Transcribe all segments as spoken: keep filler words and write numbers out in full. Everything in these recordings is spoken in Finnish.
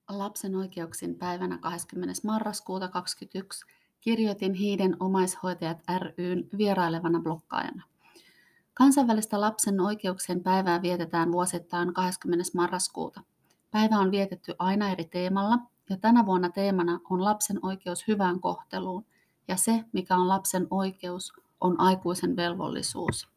Lapsen oikeuksien päivänä kahdeskymmenes marraskuuta kaksikymmentäyksi kirjoitin Hiiden omaishoitajat ry:n vierailevana bloggaajana. Kansainvälistä lapsen oikeuksien päivää vietetään vuosittain kahdeskymmenes marraskuuta. Päivä on vietetty aina eri teemalla ja tänä vuonna teemana on lapsen oikeus hyvään kohteluun ja se, mikä on lapsen oikeus, on aikuisen velvollisuus.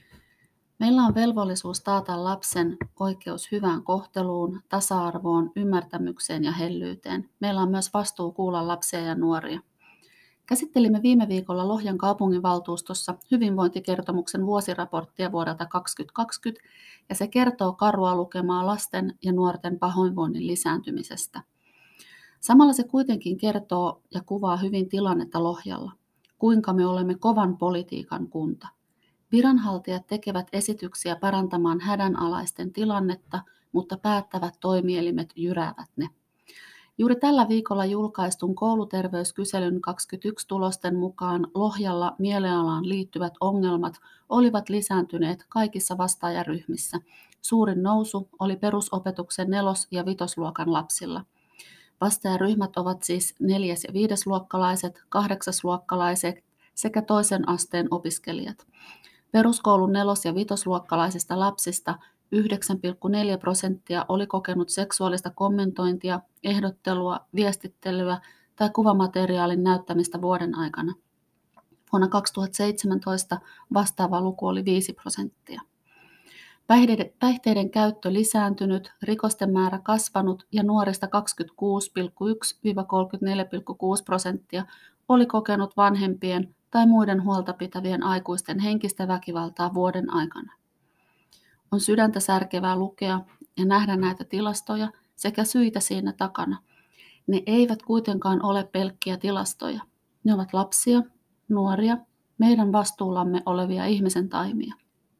Meillä on velvollisuus taata lapsen oikeus hyvään kohteluun, tasa-arvoon, ymmärtämykseen ja hellyyteen. Meillä on myös vastuu kuulla lapsia ja nuoria. Käsittelimme viime viikolla Lohjan kaupunginvaltuustossa hyvinvointikertomuksen vuosiraporttia vuodelta kaksituhattakaksikymmentä ja se kertoo karua lukemaa lasten ja nuorten pahoinvoinnin lisääntymisestä. Samalla se kuitenkin kertoo ja kuvaa hyvin tilannetta Lohjalla, kuinka me olemme kovan politiikan kunta. Viranhaltijat tekevät esityksiä parantamaan hädänalaisten tilannetta, mutta päättävät toimielimet jyräävät ne. Juuri tällä viikolla julkaistun kouluterveyskyselyn kaksikymmentäyksi tulosten mukaan Lohjalla mielialaan liittyvät ongelmat olivat lisääntyneet kaikissa vastaajaryhmissä. Suurin nousu oli perusopetuksen nelos- ja vitosluokan lapsilla. Vastaajaryhmät ovat siis neljäs- ja viidesluokkalaiset, kahdeksasluokkalaiset sekä toisen asteen opiskelijat. Peruskoulun nelos- ja vitosluokkalaisista lapsista yhdeksän pilkku neljä prosenttia oli kokenut seksuaalista kommentointia, ehdottelua, viestittelyä tai kuvamateriaalin näyttämistä vuoden aikana. Vuonna kaksituhattaseitsemäntoista vastaava luku oli viisi prosenttia. Päihteiden, päihteiden käyttö lisääntynyt, rikosten määrä kasvanut ja nuorista kaksikymmentäkuusi pilkku yksi - kolmekymmentäneljä pilkku kuusi prosenttia oli kokenut vanhempien tai muiden huolta pitävien aikuisten henkistä väkivaltaa vuoden aikana. On sydäntä särkevää lukea ja nähdä näitä tilastoja sekä syitä siinä takana. Ne eivät kuitenkaan ole pelkkiä tilastoja. Ne ovat lapsia, nuoria, meidän vastuullamme olevia ihmisen taimia.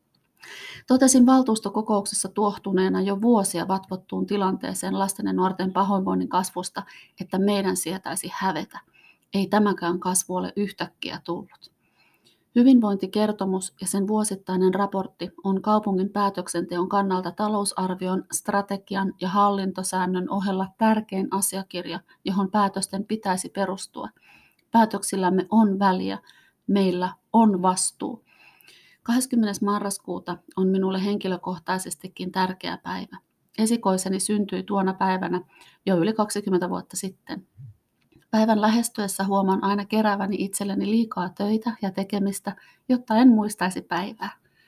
Totesin valtuustokokouksessa tuohtuneena jo vuosia vatvottuun tilanteeseen lasten ja nuorten pahoinvoinnin kasvusta, että meidän sietäisi hävetä. Ei tämäkään kasvu ole yhtäkkiä tullut. Hyvinvointikertomus ja sen vuosittainen raportti on kaupungin päätöksenteon kannalta talousarvion, strategian ja hallintosäännön ohella tärkein asiakirja, johon päätösten pitäisi perustua. Päätöksillämme on väliä, meillä on vastuu. kahdeskymmenes marraskuuta on minulle henkilökohtaisestikin tärkeä päivä. Esikoiseni syntyi tuona päivänä jo yli kaksikymmentä vuotta sitten. Päivän lähestyessä huomaan aina kerääväni itselleni liikaa töitä ja tekemistä, jotta en muistaisi päivää.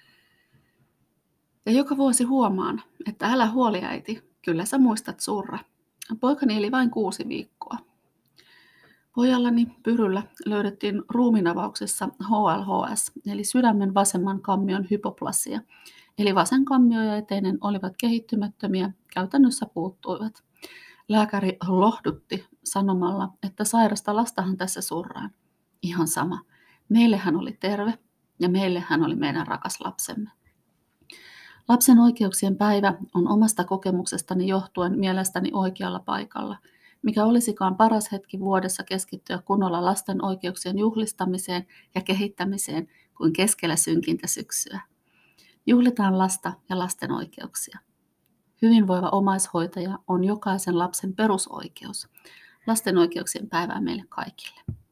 Ja joka vuosi huomaan, että älä huoli äiti, kyllä sä muistat surra. Poikani eli vain kuusi viikkoa. Pojallani Pyryllä löydettiin ruumiinavauksessa H L H S, eli sydämen vasemman kammion hypoplasia. Eli vasen kammio ja eteinen olivat kehittymättömiä, käytännössä puuttuivat. Lääkäri lohdutti sanomalla, että sairasta lastahan tässä surraan. Ihan sama. Meille hän oli terve ja meille hän oli meidän rakas lapsemme. Lapsen oikeuksien päivä on omasta kokemuksestani johtuen mielestäni oikealla paikalla. Mikä olisikaan paras hetki vuodessa keskittyä kunnolla lasten oikeuksien juhlistamiseen ja kehittämiseen kuin keskellä synkintä syksyä. Juhlitaan lasta ja lasten oikeuksia. Hyvinvoiva omaishoitaja on jokaisen lapsen perusoikeus. Lasten oikeuksien päivää meille kaikille.